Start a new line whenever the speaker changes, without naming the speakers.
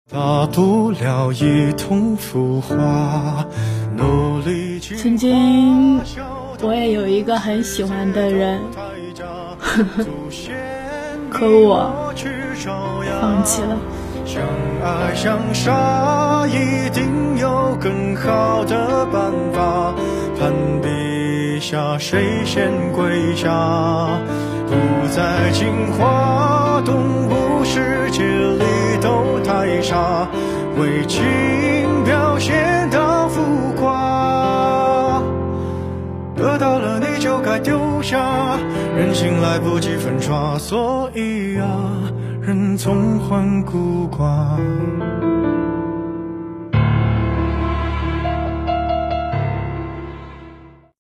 大不了一同腐化，努力
曾经我也有一个很喜欢的人，可我放弃了。
相爱相杀，一定有更好的办法。攀比下谁先跪下，不再进化，动物世界里都太傻，为情表现到浮夸。得到了你就该丢下，人心来不及粉刷，所以啊，人总患孤寡。